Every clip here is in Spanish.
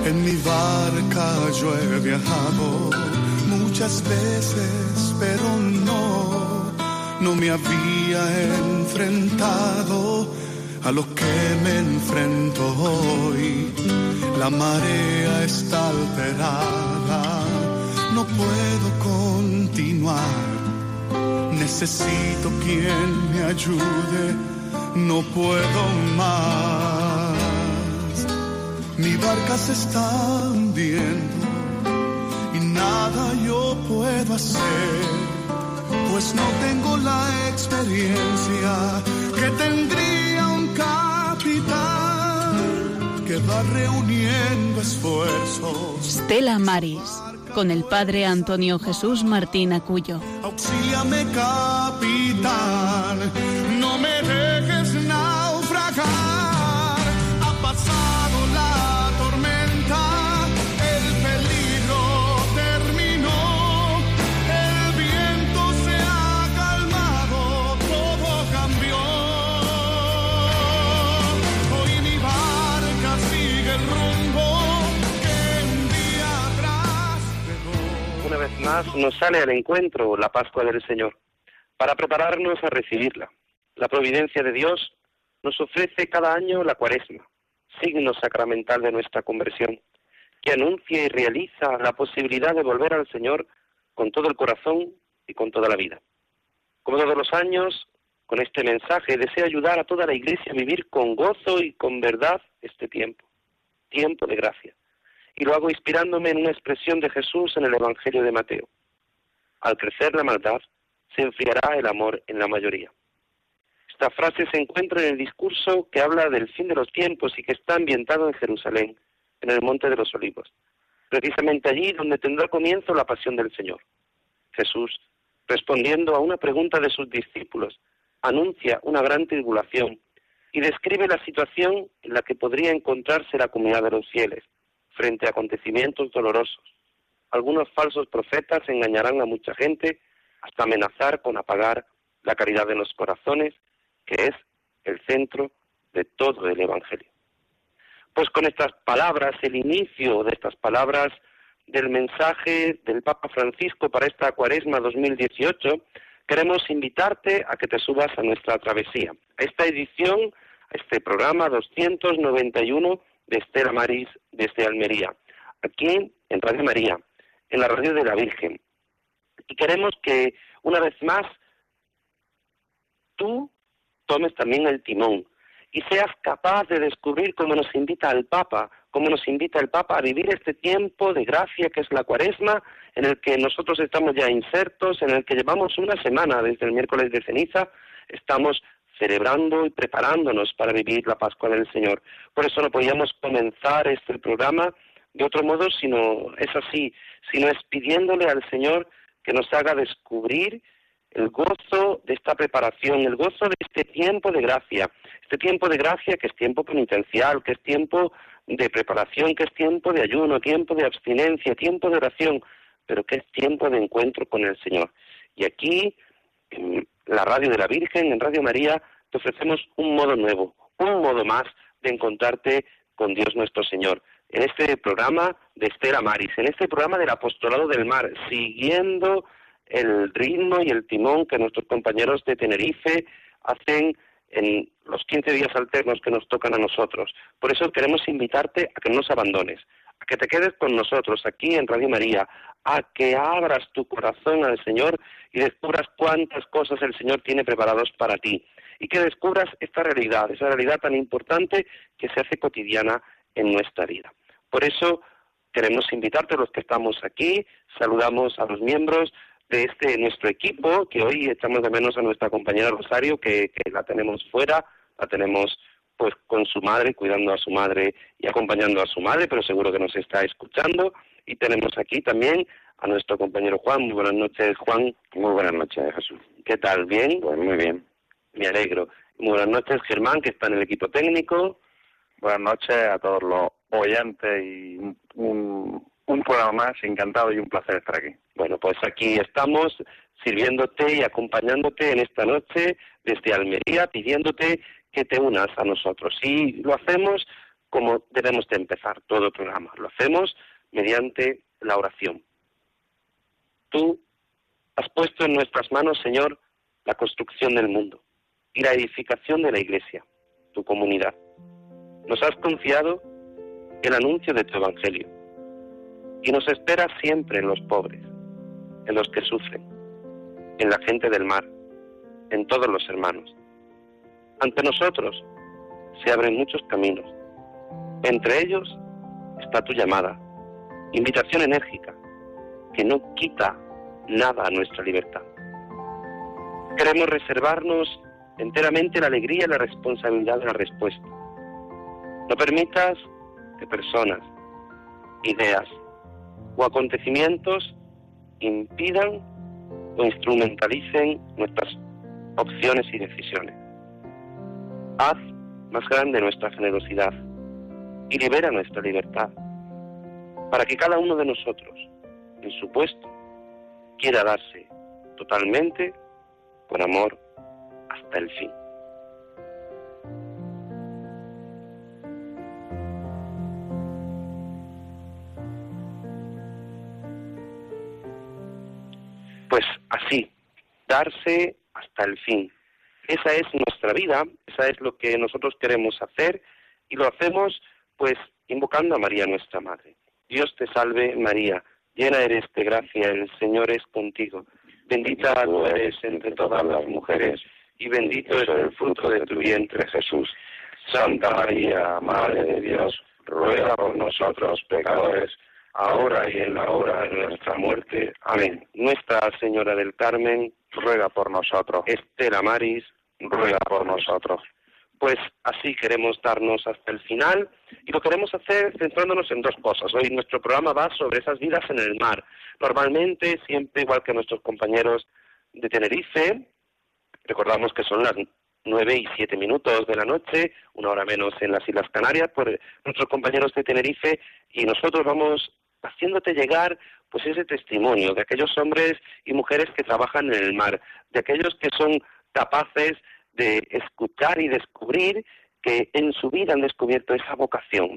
En mi barca yo he viajado muchas veces, pero no me había enfrentado a lo que me enfrento hoy. La marea está alterada, no puedo continuar. Necesito quien me ayude, no puedo más. Mi barca se está hundiendo y nada yo puedo hacer, pues no tengo la experiencia que tendría un capitán que va reuniendo esfuerzos. Stella Maris, con el padre Antonio Jesús Martín Acuyo. Auxíliame, capitán, no me dejes naufragar. Ha pasado la tormenta, el peligro terminó, el viento se ha calmado, todo cambió. Hoy mi barca sigue el rumbo que un día atrás dejó. Una vez más nos sale al encuentro la Pascua del Señor para prepararnos a recibirla. La providencia de Dios nos ofrece cada año la Cuaresma, signo sacramental de nuestra conversión, que anuncia y realiza la posibilidad de volver al Señor con todo el corazón y con toda la vida. Como todos los años, con este mensaje deseo ayudar a toda la Iglesia a vivir con gozo y con verdad este tiempo de gracia. Y lo hago inspirándome en una expresión de Jesús en el Evangelio de Mateo. Al crecer la maldad, se enfriará el amor en la mayoría. Esta frase se encuentra en el discurso que habla del fin de los tiempos y que está ambientado en Jerusalén, en el Monte de los Olivos, precisamente allí donde tendrá comienzo la pasión del Señor. Jesús, respondiendo a una pregunta de sus discípulos, anuncia una gran tribulación y describe la situación en la que podría encontrarse la comunidad de los fieles frente a acontecimientos dolorosos. Algunos falsos profetas engañarán a mucha gente hasta amenazar con apagar la caridad de los corazones, que es el centro de todo el Evangelio. Pues con estas palabras, el inicio de estas palabras del mensaje del Papa Francisco para esta Cuaresma 2018, queremos invitarte a que te subas a nuestra travesía, a esta edición, a este programa 291 de Stella Maris desde Almería, aquí en Radio María, en la Radio de la Virgen. Y queremos que una vez más tú tomes también el timón y seas capaz de descubrir cómo nos invita el Papa a vivir este tiempo de gracia que es la Cuaresma, en el que nosotros estamos ya insertos, en el que llevamos una semana desde el miércoles de ceniza, estamos celebrando y preparándonos para vivir la Pascua del Señor. Por eso no podíamos comenzar este programa de otro modo, sino es pidiéndole al Señor que nos haga descubrir el gozo de esta preparación, el gozo de este tiempo de gracia que es tiempo penitencial, que es tiempo de preparación, que es tiempo de ayuno, tiempo de abstinencia, tiempo de oración, pero que es tiempo de encuentro con el Señor. Y aquí, en la Radio de la Virgen, en Radio María, te ofrecemos un modo nuevo, un modo más de encontrarte con Dios nuestro Señor. En este programa de Stella Maris, en este programa del Apostolado del Mar, siguiendo el ritmo y el timón que nuestros compañeros de Tenerife hacen en los 15 días alternos que nos tocan a nosotros. Por eso queremos invitarte a que no nos abandones, a que te quedes con nosotros aquí en Radio María, a que abras tu corazón al Señor y descubras cuántas cosas el Señor tiene preparados para ti, y que descubras esa realidad tan importante que se hace cotidiana en nuestra vida. Por eso queremos invitarte a los que estamos aquí, saludamos a los miembros de nuestro equipo, que hoy echamos de menos a nuestra compañera Rosario, que la tenemos fuera, la tenemos pues con su madre, cuidando a su madre y acompañando a su madre, pero seguro que nos está escuchando. Y tenemos aquí también a nuestro compañero Juan. Muy buenas noches, Juan. Muy buenas noches, Jesús. ¿Qué tal? ¿Bien? Pues muy bien. Me alegro. Muy buenas noches, Germán, que está en el equipo técnico. Buenas noches a todos los oyentes y un programa más, encantado y un placer estar aquí. Bueno, pues aquí estamos sirviéndote y acompañándote en esta noche desde Almería, pidiéndote que te unas a nosotros. Y lo hacemos como debemos de empezar todo el programa. Lo hacemos mediante la oración. Tú has puesto en nuestras manos, Señor, la construcción del mundo y la edificación de la Iglesia, tu comunidad. Nos has confiado el anuncio de tu Evangelio y nos esperas siempre en los pobres, en los que sufren, en la gente del mar, en todos los hermanos. Ante nosotros se abren muchos caminos. Entre ellos está tu llamada, invitación enérgica, que no quita nada a nuestra libertad. Queremos reservarnos enteramente la alegría y la responsabilidad de la respuesta. No permitas que personas, ideas o acontecimientos impidan o instrumentalicen nuestras opciones y decisiones. Haz más grande nuestra generosidad y libera nuestra libertad, para que cada uno de nosotros, en su puesto, quiera darse totalmente con amor hasta el fin. Pues así, darse hasta el fin. Esa es nuestra vida, esa es lo que nosotros queremos hacer, y lo hacemos pues invocando a María nuestra Madre. Dios te salve María, llena eres de gracia, el Señor es contigo. Bendita tú eres entre todas las mujeres, y bendito es el fruto de tu vientre, Jesús. Santa María, Madre de Dios, ruega por nosotros pecadores, ahora y en la hora de nuestra muerte. Amén. Nuestra Señora del Carmen, ruega por nosotros. Estela Maris, ruega por nosotros. Pues así queremos darnos hasta el final, y lo queremos hacer centrándonos en dos cosas. Hoy nuestro programa va sobre esas vidas en el mar. Normalmente, siempre igual que nuestros compañeros de Tenerife, recordamos que son las 9:07 de la noche, una hora menos en las Islas Canarias, por nuestros compañeros de Tenerife, y nosotros vamos haciéndote llegar pues ese testimonio de aquellos hombres y mujeres que trabajan en el mar, de aquellos que son capaces de escuchar y descubrir que en su vida han descubierto esa vocación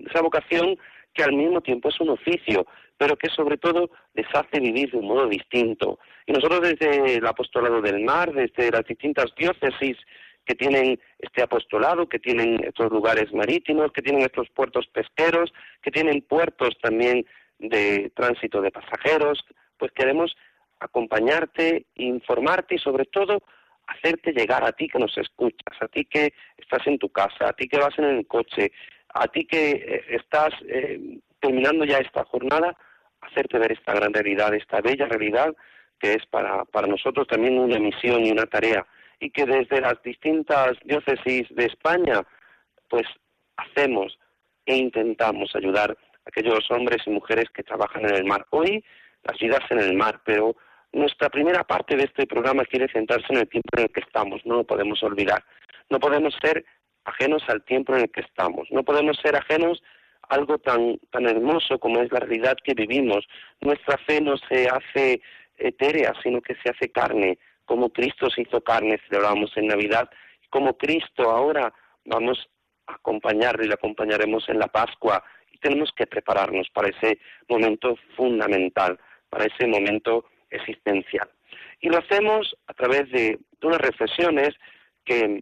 que al mismo tiempo es un oficio, pero que sobre todo les hace vivir de un modo distinto. Y nosotros desde el apostolado del mar, desde las distintas diócesis que tienen este apostolado, que tienen estos lugares marítimos, que tienen estos puertos pesqueros, que tienen puertos también de tránsito de pasajeros, pues queremos acompañarte, informarte y sobre todo hacerte llegar a ti que nos escuchas, a ti que estás en tu casa, a ti que vas en el coche, a ti que estás terminando ya esta jornada, hacerte ver esta gran realidad, esta bella realidad que es para nosotros también una misión y una tarea, y que desde las distintas diócesis de España pues hacemos e intentamos ayudar a aquellos hombres y mujeres que trabajan en el mar. Hoy las vidas en el mar, pero nuestra primera parte de este programa quiere centrarse en el tiempo en el que estamos, no lo podemos olvidar. No podemos ser ajenos al tiempo en el que estamos, no podemos ser ajenos a algo tan hermoso como es la realidad que vivimos. Nuestra fe no se hace etérea, sino que se hace carne, como Cristo se hizo carne, celebramos en Navidad, como Cristo ahora vamos a acompañarle y le acompañaremos en la Pascua, y tenemos que prepararnos para ese momento fundamental, para ese momento existencial. Y lo hacemos a través de unas reflexiones que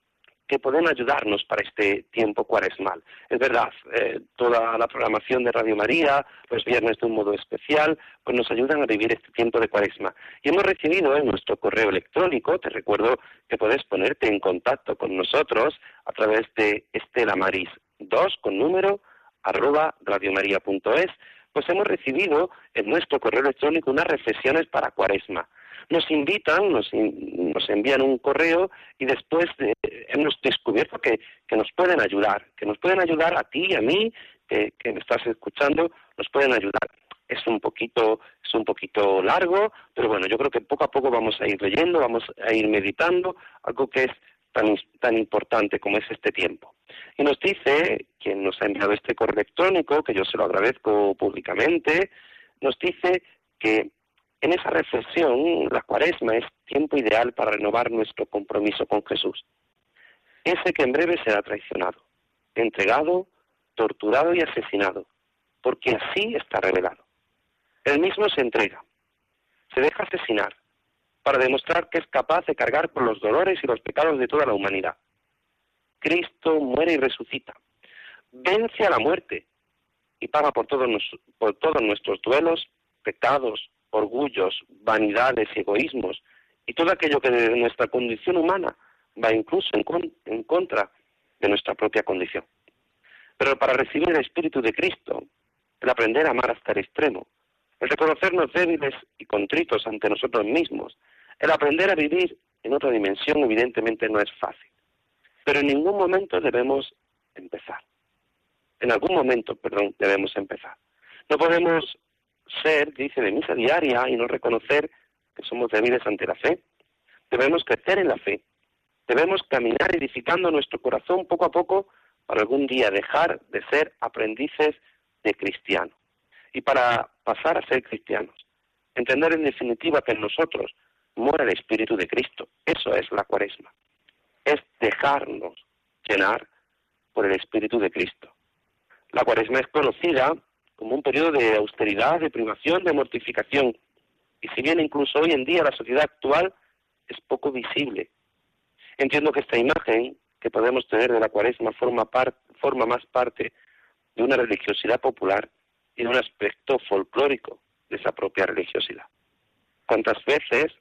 pueden ayudarnos para este tiempo cuaresmal. Es verdad, toda la programación de Radio María, los viernes de un modo especial, pues nos ayudan a vivir este tiempo de cuaresma. Y hemos recibido en nuestro correo electrónico, te recuerdo que puedes ponerte en contacto con nosotros a través de estelamaris2 con número @radiomaria.es, pues hemos recibido en nuestro correo electrónico unas reflexiones para cuaresma. Nos invitan, nos envían un correo y después hemos descubierto que nos pueden ayudar, a ti y a mí, que me estás escuchando, nos pueden ayudar. Es un poquito largo, pero bueno, yo creo que poco a poco vamos a ir leyendo, vamos a ir meditando, algo que es tan importante como es este tiempo. Y nos dice, quien nos ha enviado este correo electrónico, que yo se lo agradezco públicamente, nos dice que en esa reflexión la cuaresma es tiempo ideal para renovar nuestro compromiso con Jesús, ese que en breve será traicionado, entregado, torturado y asesinado, porque así está revelado. Él mismo se entrega, se deja asesinar, para demostrar que es capaz de cargar con los dolores y los pecados de toda la humanidad. Cristo muere y resucita, vence a la muerte y paga por todos nuestros duelos, pecados, orgullos, vanidades y egoísmos, y todo aquello que de nuestra condición humana va incluso en contra de nuestra propia condición. Pero para recibir el Espíritu de Cristo, el aprender a amar hasta el extremo, el reconocernos débiles y contritos ante nosotros mismos, el aprender a vivir en otra dimensión evidentemente no es fácil. Pero en ningún momento debemos empezar. En algún momento, debemos empezar. No podemos ser, dice, de misa diaria y no reconocer que somos débiles ante la fe. Debemos crecer en la fe. Debemos caminar edificando nuestro corazón poco a poco para algún día dejar de ser aprendices de cristiano. Y para pasar a ser cristianos, entender en definitiva que en nosotros muere el Espíritu de Cristo. Eso es la Cuaresma. Es dejarnos llenar por el Espíritu de Cristo. La Cuaresma es conocida como un periodo de austeridad, de privación, de mortificación. Y si bien incluso hoy en día la sociedad actual es poco visible, entiendo que esta imagen que podemos tener de la Cuaresma forma más parte de una religiosidad popular y de un aspecto folclórico de esa propia religiosidad. ¿Cuántas veces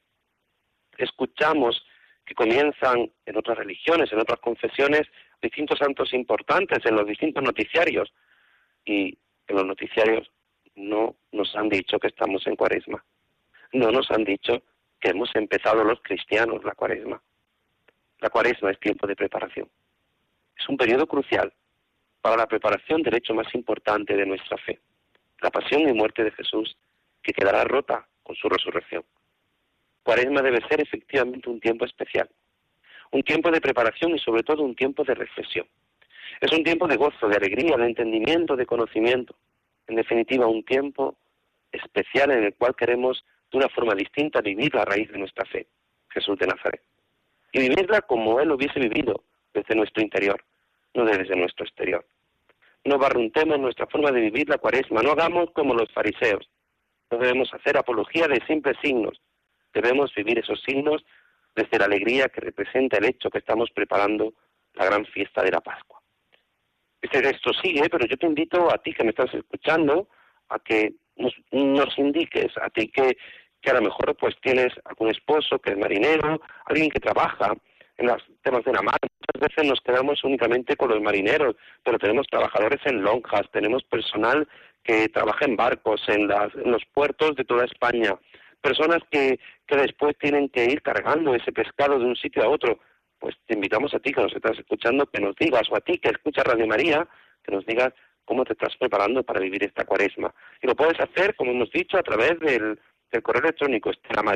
escuchamos que comienzan en otras religiones, en otras confesiones, distintos santos importantes en los distintos noticiarios? Y en los noticiarios no nos han dicho que estamos en Cuaresma. No nos han dicho que hemos empezado los cristianos la Cuaresma. La Cuaresma es tiempo de preparación. Es un periodo crucial para la preparación del hecho más importante de nuestra fe, la pasión y muerte de Jesús, que quedará rota con su resurrección. Cuaresma debe ser efectivamente un tiempo especial, un tiempo de preparación y sobre todo un tiempo de reflexión. Es un tiempo de gozo, de alegría, de entendimiento, de conocimiento. En definitiva, un tiempo especial en el cual queremos de una forma distinta vivir la raíz de nuestra fe, Jesús de Nazaret. Y vivirla como Él hubiese vivido, desde nuestro interior, no desde nuestro exterior. No barruntemos nuestra forma de vivir la Cuaresma, no hagamos como los fariseos. No debemos hacer apología de simples signos. Debemos vivir esos signos desde la alegría que representa el hecho que estamos preparando la gran fiesta de la Pascua. Este texto sigue, pero yo te invito a ti que me estás escuchando a que nos indiques, a ti que a lo mejor pues tienes algún esposo que es marinero, alguien que trabaja en los temas de la mar. Muchas veces nos quedamos únicamente con los marineros, pero tenemos trabajadores en lonjas, tenemos personal que trabaja en barcos, en los puertos de toda España, personas que después tienen que ir cargando ese pescado de un sitio a otro. Pues te invitamos a ti que nos estás escuchando, que nos digas, o a ti que escuchas Radio María, que nos digas cómo te estás preparando para vivir esta Cuaresma. Y lo puedes hacer, como hemos dicho, a través del correo electrónico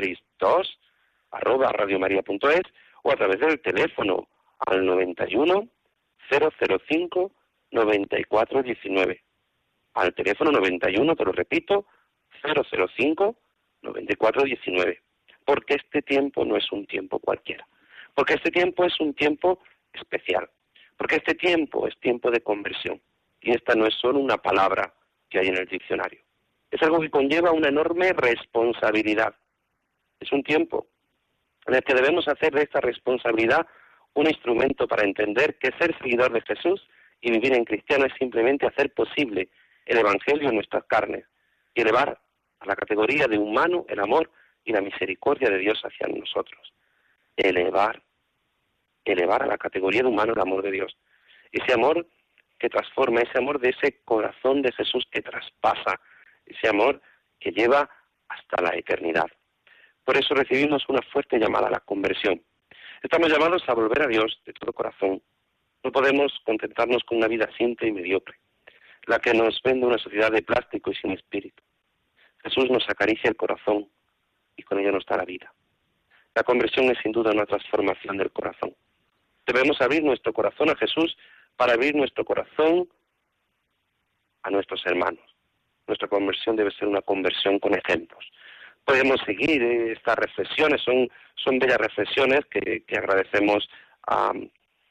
estelamaris2@radiomaria.es o a través del teléfono al 91 005 9419. Al teléfono 91, te lo repito, 005 9419. Porque este tiempo no es un tiempo cualquiera. Porque este tiempo es un tiempo especial. Porque este tiempo es tiempo de conversión. Y esta no es solo una palabra que hay en el diccionario. Es algo que conlleva una enorme responsabilidad. Es un tiempo en el que debemos hacer de esta responsabilidad un instrumento para entender que ser seguidor de Jesús y vivir en cristiano es simplemente hacer posible el Evangelio en nuestras carnes y elevar a la categoría de humano el amor y la misericordia de Dios hacia nosotros. Elevar a la categoría de humano el amor de Dios. Ese amor que transforma, ese amor de ese corazón de Jesús que traspasa, ese amor que lleva hasta la eternidad. Por eso recibimos una fuerte llamada a la conversión. Estamos llamados a volver a Dios de todo corazón. No podemos contentarnos con una vida simple y mediocre, la que nos vende una sociedad de plástico y sin espíritu. Jesús nos acaricia el corazón y con ello nos da la vida. La conversión es sin duda una transformación del corazón. Debemos abrir nuestro corazón a Jesús para abrir nuestro corazón a nuestros hermanos. Nuestra conversión debe ser una conversión con ejemplos. Podemos seguir estas reflexiones, son bellas reflexiones que agradecemos a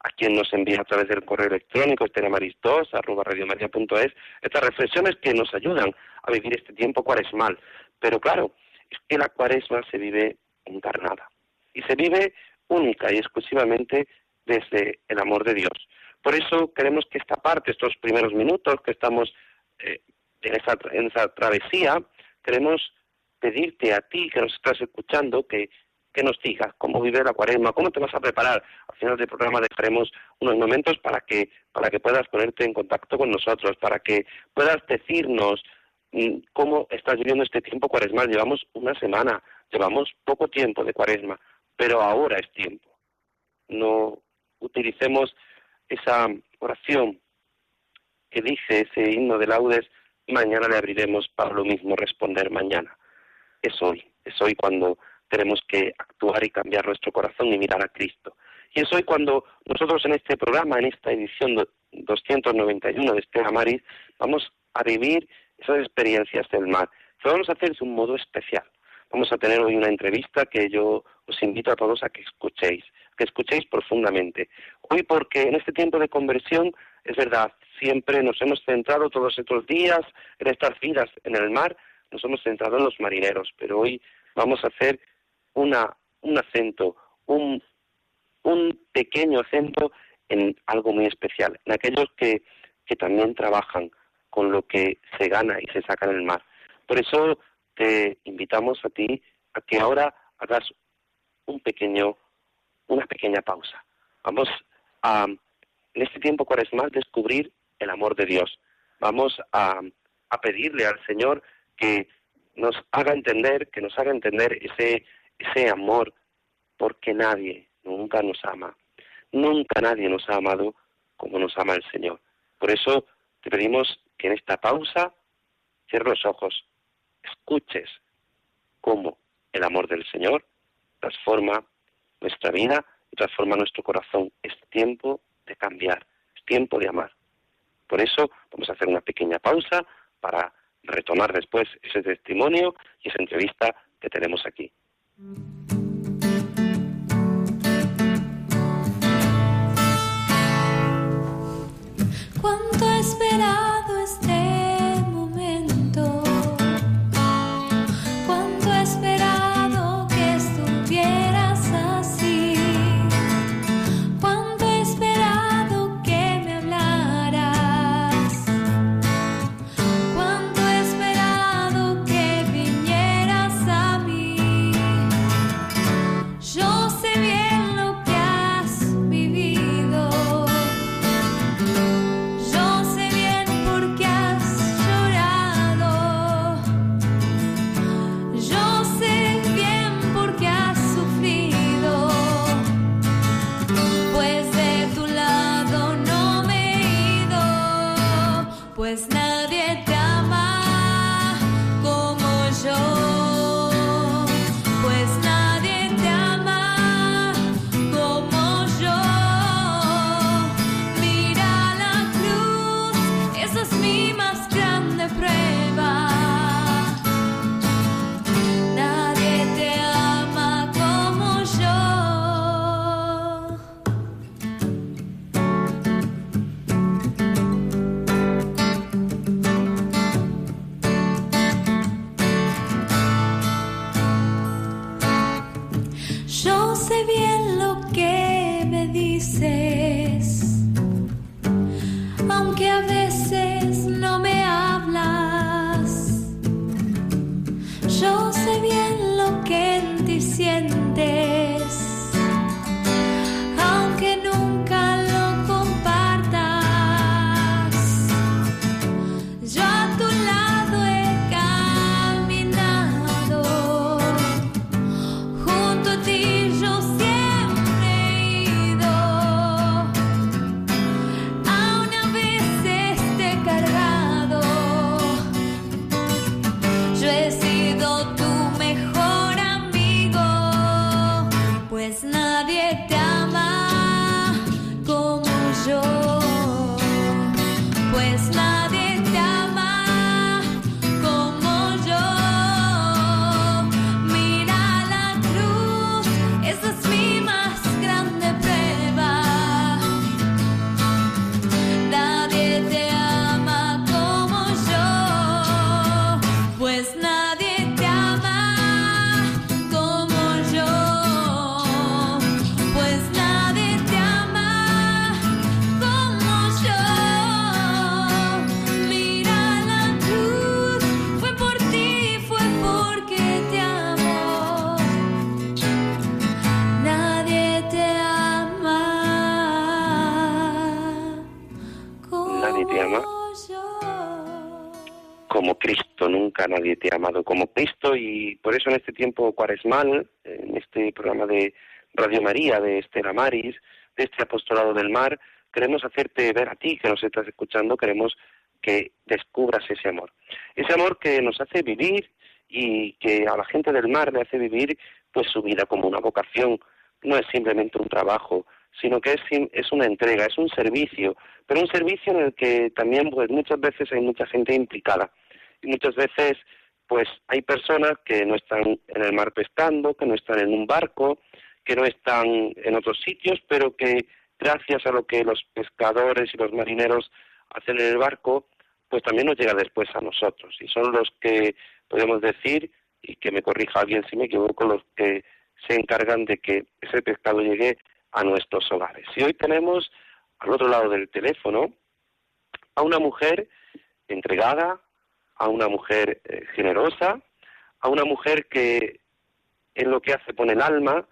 a quien nos envía a través del correo electrónico @radiomaria.es estas reflexiones que nos ayudan a vivir este tiempo cuaresmal. Pero claro, es que la cuaresma se vive encarnada y se vive única y exclusivamente desde el amor de Dios. Por eso queremos que esta parte, estos primeros minutos que estamos en esa travesía, queremos pedirte a ti que nos estás escuchando que nos digas cómo vive la cuaresma, cómo te vas a preparar. Al final del programa dejaremos unos momentos para que puedas ponerte en contacto con nosotros, para que puedas decirnos cómo estás viviendo este tiempo cuaresmal. Llevamos una semana, llevamos poco tiempo de cuaresma, pero ahora es tiempo. No utilicemos esa oración que dice ese himno de laudes: mañana le abriremos para lo mismo responder mañana. Es hoy cuando tenemos que actuar y cambiar nuestro corazón y mirar a Cristo. Y es hoy cuando nosotros en este programa, en esta edición 291 de Stella Maris, vamos a vivir esas experiencias del mar. Lo vamos a hacer de un modo especial. Vamos a tener hoy una entrevista que yo os invito a todos a que escuchéis profundamente. Hoy, porque en este tiempo de conversión, es verdad, siempre nos hemos centrado todos estos días en estas vidas en el mar, nos hemos centrado en los marineros, pero hoy vamos a hacer un acento, un pequeño acento en algo muy especial, en aquellos que también trabajan con lo que se gana y se saca en el mar. Por eso te invitamos a ti a que ahora hagas una pequeña pausa. Vamos a, en este tiempo cuaresmal, descubrir el amor de Dios. Vamos a pedirle al Señor que nos haga entender ese amor, porque nunca nadie nos ha amado como nos ama el Señor. Por eso te pedimos que en esta pausa cierres los ojos, escuches cómo el amor del Señor transforma nuestra vida y transforma nuestro corazón. Es tiempo de cambiar, es tiempo de amar. Por eso vamos a hacer una pequeña pausa para retomar después ese testimonio y esa entrevista que tenemos aquí. Cuánto he esperado este momento, cuánto he esperado que estuvieras así, cuánto he esperado que me hablaras, cuánto he esperado que vinieras a mí. Yo sé bien lo que has vivido. Pues nadie te ama como yo, pues nadie te ama como yo. Mira la cruz, esa es mi más grande prueba. Nadie te ama como yo. como Cristo. Nunca nadie te ha amado como Cristo, y por eso en este tiempo cuaresmal, en este programa de Radio María, de Estela Maris, de este apostolado del mar, queremos hacerte ver a ti que nos estás escuchando, queremos que descubras ese amor que nos hace vivir y que a la gente del mar le hace vivir pues su vida como una vocación. No es simplemente un trabajo, sino que es una entrega, es un servicio, pero un servicio en el que también pues muchas veces hay mucha gente implicada, y muchas veces pues hay personas que no están en el mar pescando, que no están en un barco, que no están en otros sitios, pero que gracias a lo que los pescadores y los marineros hacen en el barco, pues también nos llega después a nosotros, y son los que podemos decir, y que me corrija alguien si me equivoco, los que se encargan de que ese pescado llegue a nuestros hogares. Y hoy tenemos al otro lado del teléfono a una mujer entregada, a una mujer generosa, a una mujer que en lo que hace pone el alma,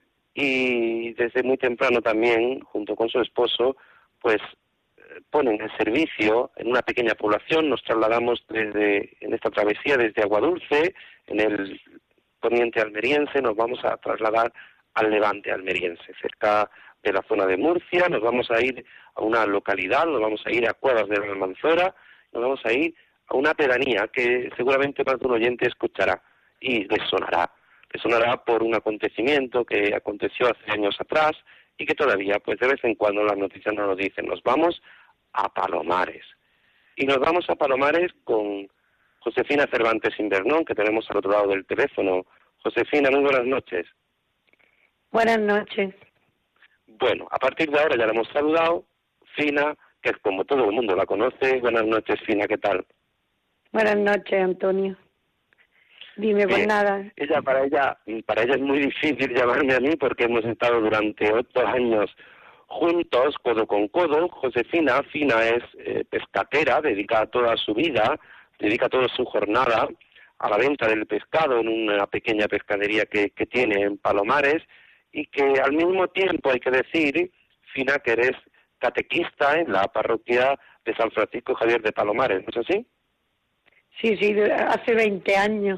y desde muy temprano también, junto con su esposo, pues ponen el servicio en una pequeña población. Nos trasladamos en esta travesía desde Aguadulce, en el poniente almeriense, nos vamos a trasladar al levante almeriense, cerca de la zona de Murcia. Nos vamos a ir a una localidad, nos vamos a ir a Cuevas de la Almanzora, nos vamos a ir a una pedanía que seguramente más de un oyente escuchará y les sonará por un acontecimiento que aconteció hace años atrás y que todavía, pues de vez en cuando las noticias nos lo dicen. Nos vamos a Palomares. Y nos vamos a Palomares con Josefina Cervantes Invernón, que tenemos al otro lado del teléfono. Josefina, muy buenas noches. Buenas noches. Bueno, a partir de ahora ya la hemos saludado. Fina, que es como todo el mundo la conoce. Buenas noches, Fina, ¿qué tal? Buenas noches, Antonio. Dime, pues nada. Para ella es muy difícil llamarme a mí porque hemos estado durante 8 años juntos, codo con codo. Josefina, Fina es pescatera, dedica toda su vida, dedica toda su jornada a la venta del pescado en una pequeña pescadería que tiene en Palomares, y que al mismo tiempo hay que decir, Fina, que eres catequista en la parroquia de San Francisco Javier de Palomares, ¿no es así? Sí, hace 20 años.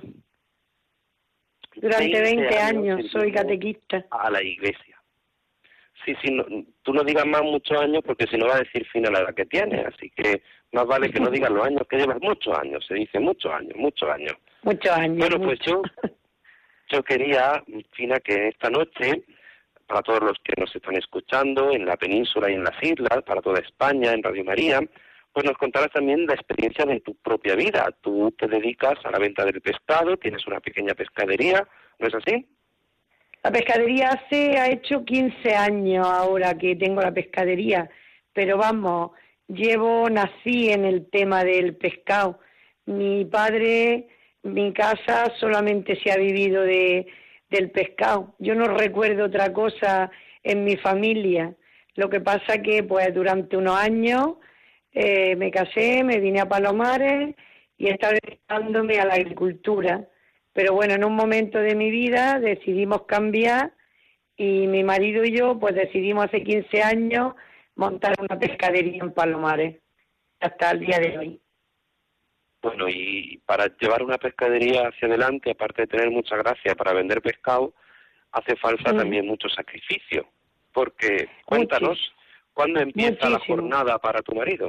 Durante 20 años soy catequista. A la iglesia. Sí, no, tú no digas más muchos años porque si no va a decir Fina la edad que tiene, así que más vale que no digas los años que llevas. Muchos años, se dice muchos años. Muchos años. Bueno, pues yo quería, Fina, que esta noche, para todos los que nos están escuchando en la península y en las islas, para toda España, en Radio María, pues nos contarás también la experiencia de tu propia vida. Tú te dedicas a la venta del pescado, tienes una pequeña pescadería, ¿no es así? La pescadería ha hecho 15 años ahora que tengo la pescadería, pero vamos, nací en el tema del pescado. Mi padre, mi casa solamente se ha vivido del pescado. Yo no recuerdo otra cosa en mi familia. Lo que pasa que pues durante unos años me casé, me vine a Palomares y estaba dedicándome a la agricultura. Pero bueno, en un momento de mi vida decidimos cambiar y mi marido y yo pues decidimos hace 15 años montar una pescadería en Palomares hasta el día de hoy. Bueno, y para llevar una pescadería hacia adelante, aparte de tener mucha gracia para vender pescado, hace falta también mucho sacrificio. Porque, cuéntanos, ¿cuándo empieza la jornada para tu marido?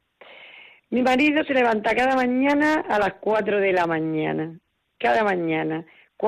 Mi marido se levanta cada mañana a las 4 de la mañana. Cada mañana.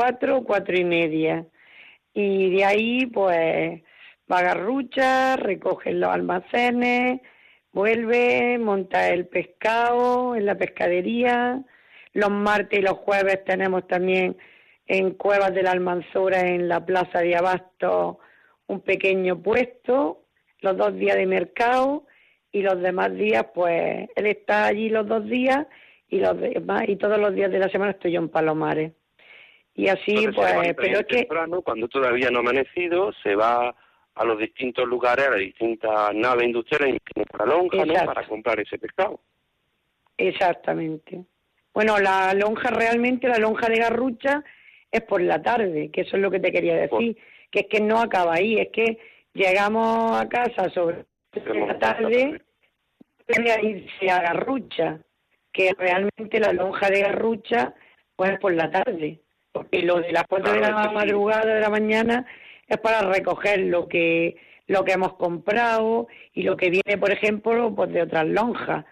4:30. Y de ahí, pues, va a Garrucha, recoge los almacenes, vuelve, monta el pescado en la pescadería. Los martes y los jueves tenemos también en Cuevas de la Almanzora, en la Plaza de Abasto, un pequeño puesto, los 2 días de mercado, y los demás días, pues, él está allí los 2 días, y los demás, y todos los días de la semana estoy yo en Palomares. Y así, entonces, pues, pero es que... temprano, cuando todavía no ha amanecido, se va a los distintos lugares, a las distintas naves industriales, a la lonja, ¿no?, para comprar ese pescado. Exactamente. Bueno, la lonja de Garrucha es por la tarde, que eso es lo que te quería decir, que es que no acaba ahí, es que llegamos a casa sobre la tarde, puede irse a Garrucha, que realmente la lonja de Garrucha pues es por la tarde, porque lo de las 4 de la madrugada de la mañana es para recoger lo que hemos comprado y lo que viene, por ejemplo, pues de otras lonjas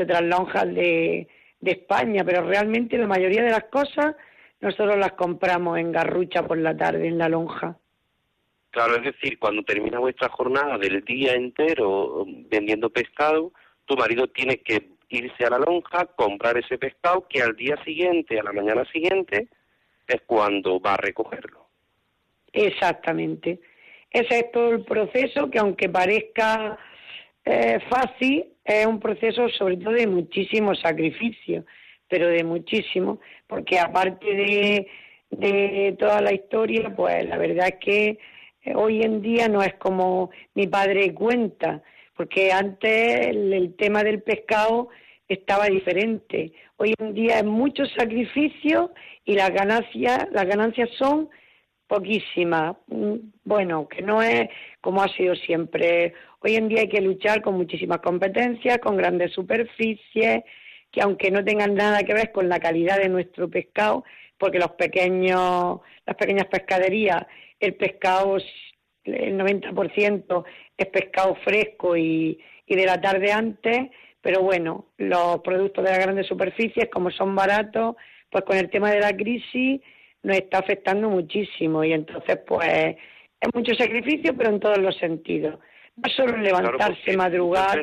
de España, pero realmente la mayoría de las cosas nosotros las compramos en Garrucha por la tarde, en la lonja. Claro, es decir, cuando termina vuestra jornada del día entero vendiendo pescado, tu marido tiene que irse a la lonja, comprar ese pescado, que al día siguiente, a la mañana siguiente, es cuando va a recogerlo. Exactamente. Ese es todo el proceso, que aunque parezca fácil, es un proceso sobre todo de muchísimo sacrificio, pero de muchísimo, porque aparte de toda la historia, pues la verdad es que hoy en día no es como mi padre cuenta, porque antes el tema del pescado estaba diferente. Hoy en día es mucho sacrificio y las ganancias son poquísimas. Bueno, que no es como ha sido siempre. Hoy en día hay que luchar con muchísimas competencias, con grandes superficies, que aunque no tengan nada que ver con la calidad de nuestro pescado, porque las pequeñas pescaderías, el pescado, el 90% es pescado fresco y de la tarde antes, pero bueno, los productos de las grandes superficies, como son baratos, pues con el tema de la crisis nos está afectando muchísimo, y entonces pues es mucho sacrificio, pero en todos los sentidos. No solo levantarse, claro, madrugar.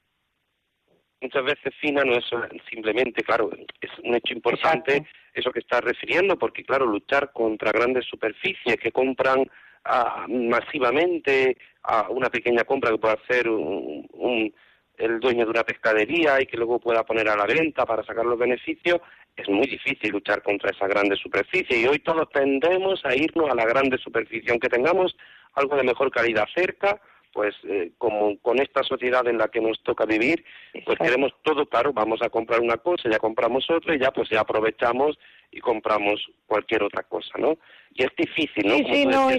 Muchas veces, Fina, no es simplemente, claro, es un hecho importante. Exacto. Eso que estás refiriendo, porque claro, luchar contra grandes superficies que compran masivamente a una pequeña compra que puede hacer el dueño de una pescadería y que luego pueda poner a la venta para sacar los beneficios, es muy difícil luchar contra esa grandes superficie, y hoy todos tendemos a irnos a la grande superficie, aunque tengamos algo de mejor calidad cerca, pues como con esta sociedad en la que nos toca vivir, pues queremos todo caro, vamos a comprar una cosa, ya compramos otra y ya pues ya aprovechamos y compramos cualquier otra cosa, ¿no? Y es difícil, ¿no? Sí, no,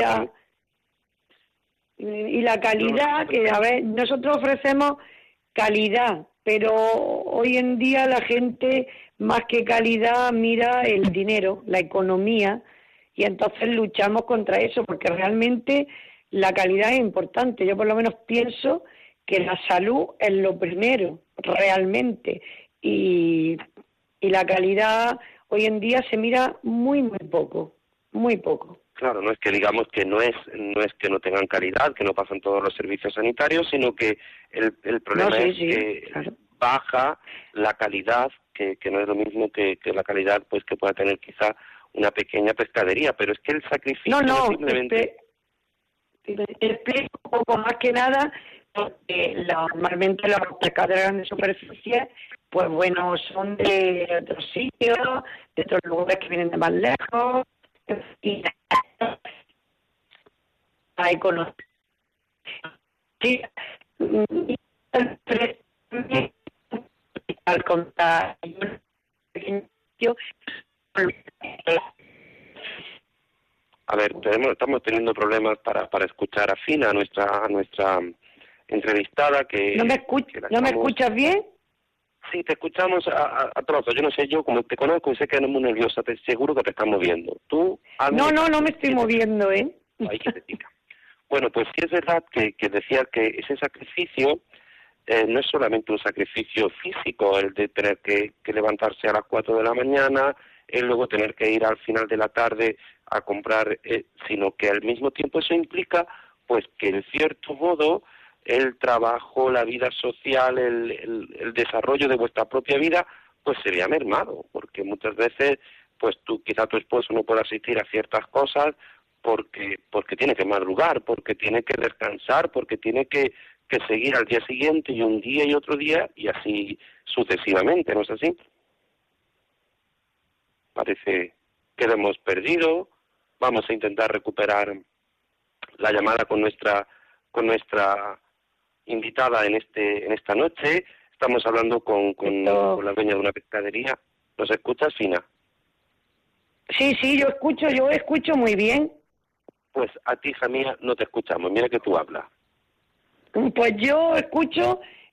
y la calidad, que a ver, nosotros ofrecemos calidad, pero hoy en día la gente más que calidad mira el dinero, la economía, y entonces luchamos contra eso, porque realmente la calidad es importante. Yo por lo menos pienso que la salud es lo primero, realmente, y la calidad hoy en día se mira muy poco, muy poco. Claro, no es que digamos que no es que no tengan calidad, que no pasan todos los servicios sanitarios, sino que el problema es que claro, baja la calidad, que no es lo mismo que la calidad pues que pueda tener quizá una pequeña pescadería, pero es que el sacrificio simplemente... Explico un poco más que nada, porque normalmente los pescados de grandes superficies, pues bueno, son de otros sitios, de otros lugares que vienen de más lejos, y la economía. Sí, al contrario, a ver, estamos teniendo problemas para escuchar a Fina, a nuestra entrevistada, que... ¿No me escuchas bien? Sí, te escuchamos a trozos. Yo no sé, yo como te conozco y sé que eres muy nerviosa, te seguro que te estás moviendo. ¿Tú? No me estoy moviendo, ¿eh? Ahí que te pica. Bueno, pues sí es verdad que decía que ese sacrificio no es solamente un sacrificio físico, el de tener que levantarse a las 4 de la mañana, el luego tener que ir al final de la tarde a comprar, sino que al mismo tiempo eso implica pues que en cierto modo el trabajo, la vida social, el desarrollo de vuestra propia vida pues se vea mermado, porque muchas veces pues quizá tu esposo no pueda asistir a ciertas cosas porque tiene que madrugar, porque tiene que descansar, porque tiene que seguir al día siguiente y un día y otro día y así sucesivamente, ¿no es así? Parece que lo hemos perdido. Vamos a intentar recuperar la llamada con nuestra invitada en esta noche. Estamos hablando con la dueña de una pescadería. ¿Nos escuchas, Fina? Sí, yo escucho muy bien. Pues a ti, hija mía, no te escuchamos. Mira que tú hablas. Pues yo escucho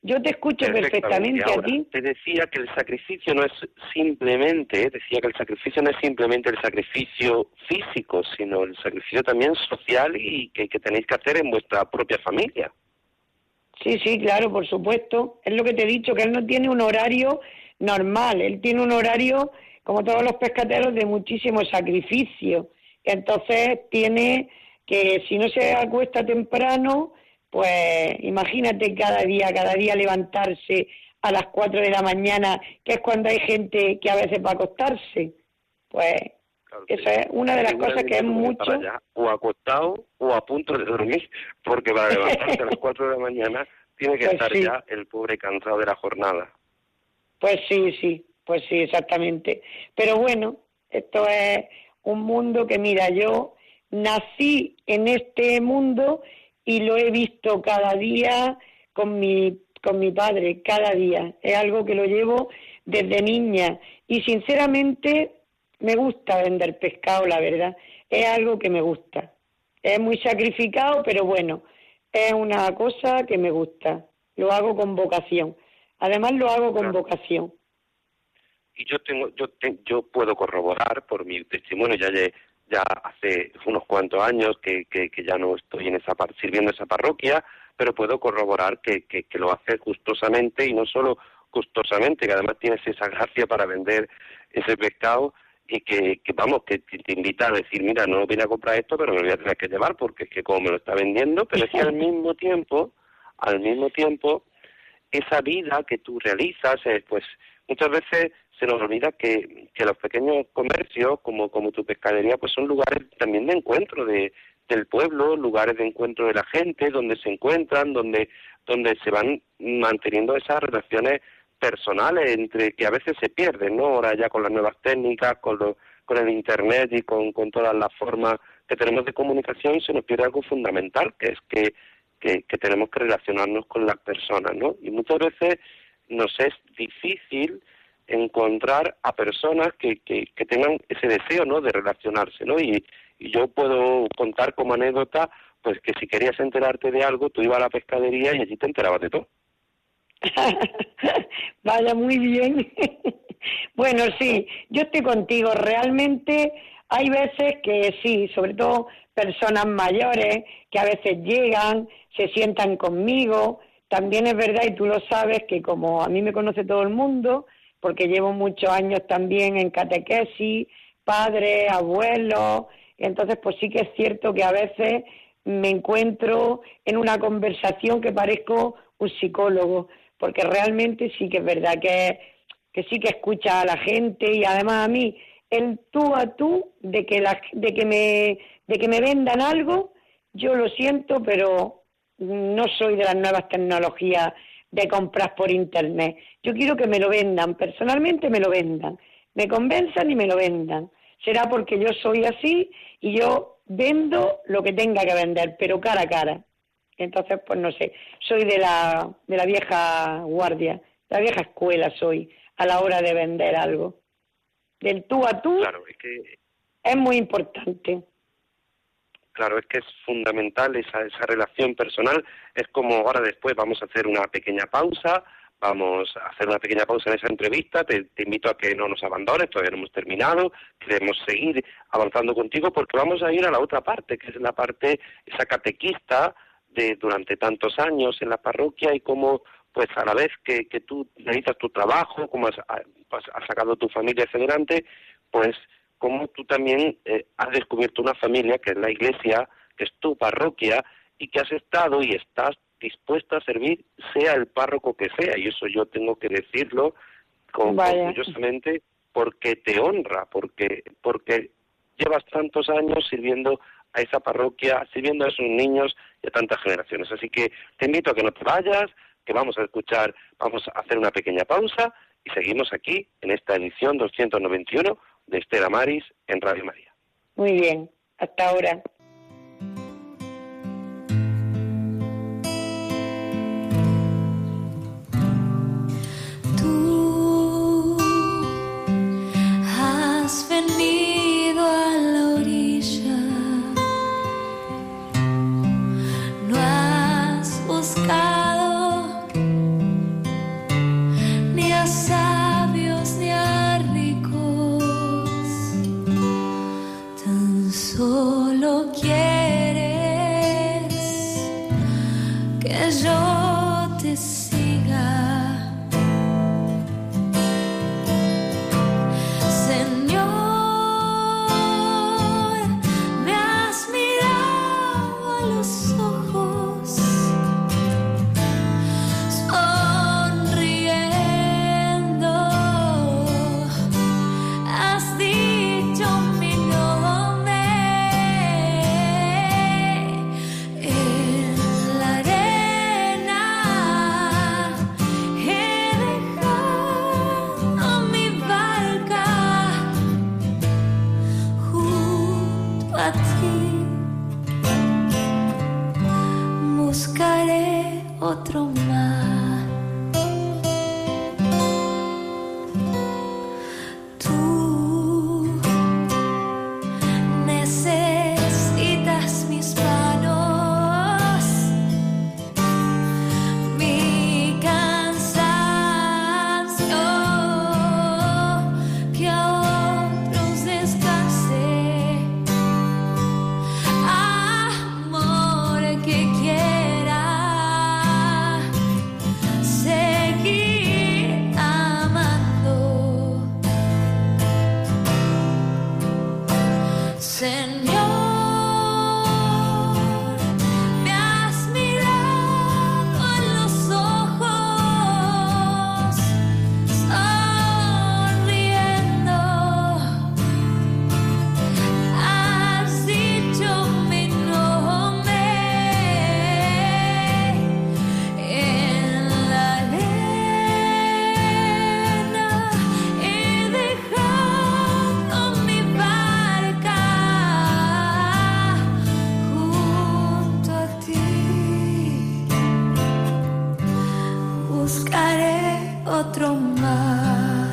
Yo te escucho perfectamente a Ahora, ti. te decía que el sacrificio no es simplemente, el sacrificio físico, sino el sacrificio también social y que tenéis que hacer en vuestra propia familia. Sí, sí, claro, por supuesto. Es lo que te he dicho, que él no tiene un horario normal, él tiene un horario, como todos los pescateros, de muchísimo sacrificio. Entonces tiene que, si no se acuesta temprano, pues imagínate cada día levantarse a las 4 de la mañana, que es cuando hay gente que a veces va a acostarse. Pues Claro, esa es una de las cosas que es mucho. Ya, o acostado o a punto de dormir, porque para levantarse a las 4 de la mañana tiene que Pues estar sí. ya el pobre cansado de la jornada. Pues sí, exactamente. Pero bueno, esto es un mundo que, mira, yo nací en este mundo y lo he visto cada día con mi padre, cada día. Es algo que lo llevo desde niña y sinceramente me gusta vender pescado, la verdad. Es algo que me gusta. Es muy sacrificado, pero bueno, es una cosa que me gusta. Lo hago con vocación. Además lo hago con Claro. vocación. Y yo puedo corroborar por mi testimonio, ya hace unos cuantos años que ya no estoy en sirviendo esa parroquia, pero puedo corroborar que lo hace gustosamente, y no solo gustosamente, que además tienes esa gracia para vender ese pescado, y que te invita a decir, mira, no vine a comprar esto, pero me lo voy a tener que llevar porque es que como me lo está vendiendo, pero es que al mismo tiempo, esa vida que tú realizas, pues muchas veces se nos olvida que los pequeños comercios, como tu pescadería, pues son lugares también de encuentro del pueblo, lugares de encuentro de la gente, donde se encuentran, donde se van manteniendo esas relaciones personales entre que a veces se pierden, ¿no? Ahora ya con las nuevas técnicas, con el internet y con todas las formas que tenemos de comunicación, se nos pierde algo fundamental, que es que tenemos que relacionarnos con las personas, ¿no? Y muchas veces nos es difícil encontrar a personas que tengan ese deseo, ¿no?, de relacionarse, ¿no? Y yo puedo contar como anécdota, pues que si querías enterarte de algo, tú ibas a la pescadería y allí te enterabas de todo. Vaya, muy bien. Bueno, sí, yo estoy contigo. Realmente hay veces que sí, sobre todo personas mayores que a veces llegan, se sientan conmigo. También es verdad, y tú lo sabes, que como a mí me conoce todo el mundo, porque llevo muchos años también en catequesis, padres, abuelos, entonces pues sí que es cierto que a veces me encuentro en una conversación que parezco un psicólogo, porque realmente sí que es verdad que sí que escucha a la gente, y además a mí el tú a tú de que me vendan algo, yo lo siento, pero no soy de las nuevas tecnologías de compras por internet. Yo quiero que me lo vendan, personalmente me lo vendan, me convenzan y me lo vendan. Será porque yo soy así y yo vendo lo que tenga que vender, pero cara a cara. Entonces, pues no sé, soy de la vieja guardia, de la vieja escuela soy, a la hora de vender algo. Del tú a tú. Claro, es muy importante. Claro, es que es fundamental esa relación personal. Es como ahora después vamos a hacer una pequeña pausa, en esa entrevista. Te invito a que no nos abandones, todavía no hemos terminado. Queremos seguir avanzando contigo porque vamos a ir a la otra parte, que es la parte, esa catequista de durante tantos años en la parroquia, y cómo, pues a la vez que tú realizas tu trabajo, como has sacado tu familia hacia adelante, pues cómo tú también has descubierto una familia que es la Iglesia, que es tu parroquia, y que has estado y estás dispuesta a servir, sea el párroco que sea, y eso yo tengo que decirlo orgullosamente, porque te honra, porque llevas tantos años sirviendo a esa parroquia, sirviendo a esos niños y a tantas generaciones. Así que te invito a que no te vayas, que vamos a hacer una pequeña pausa, y seguimos aquí en esta edición 291 de Estela Maris en Radio María. Muy bien, hasta ahora. Tú has venido a la orilla, no has buscado Señor, me has mirado en los ojos, sonriendo, has dicho mi nombre en la arena, he dejado mi barca junto a ti, buscaré otro mar.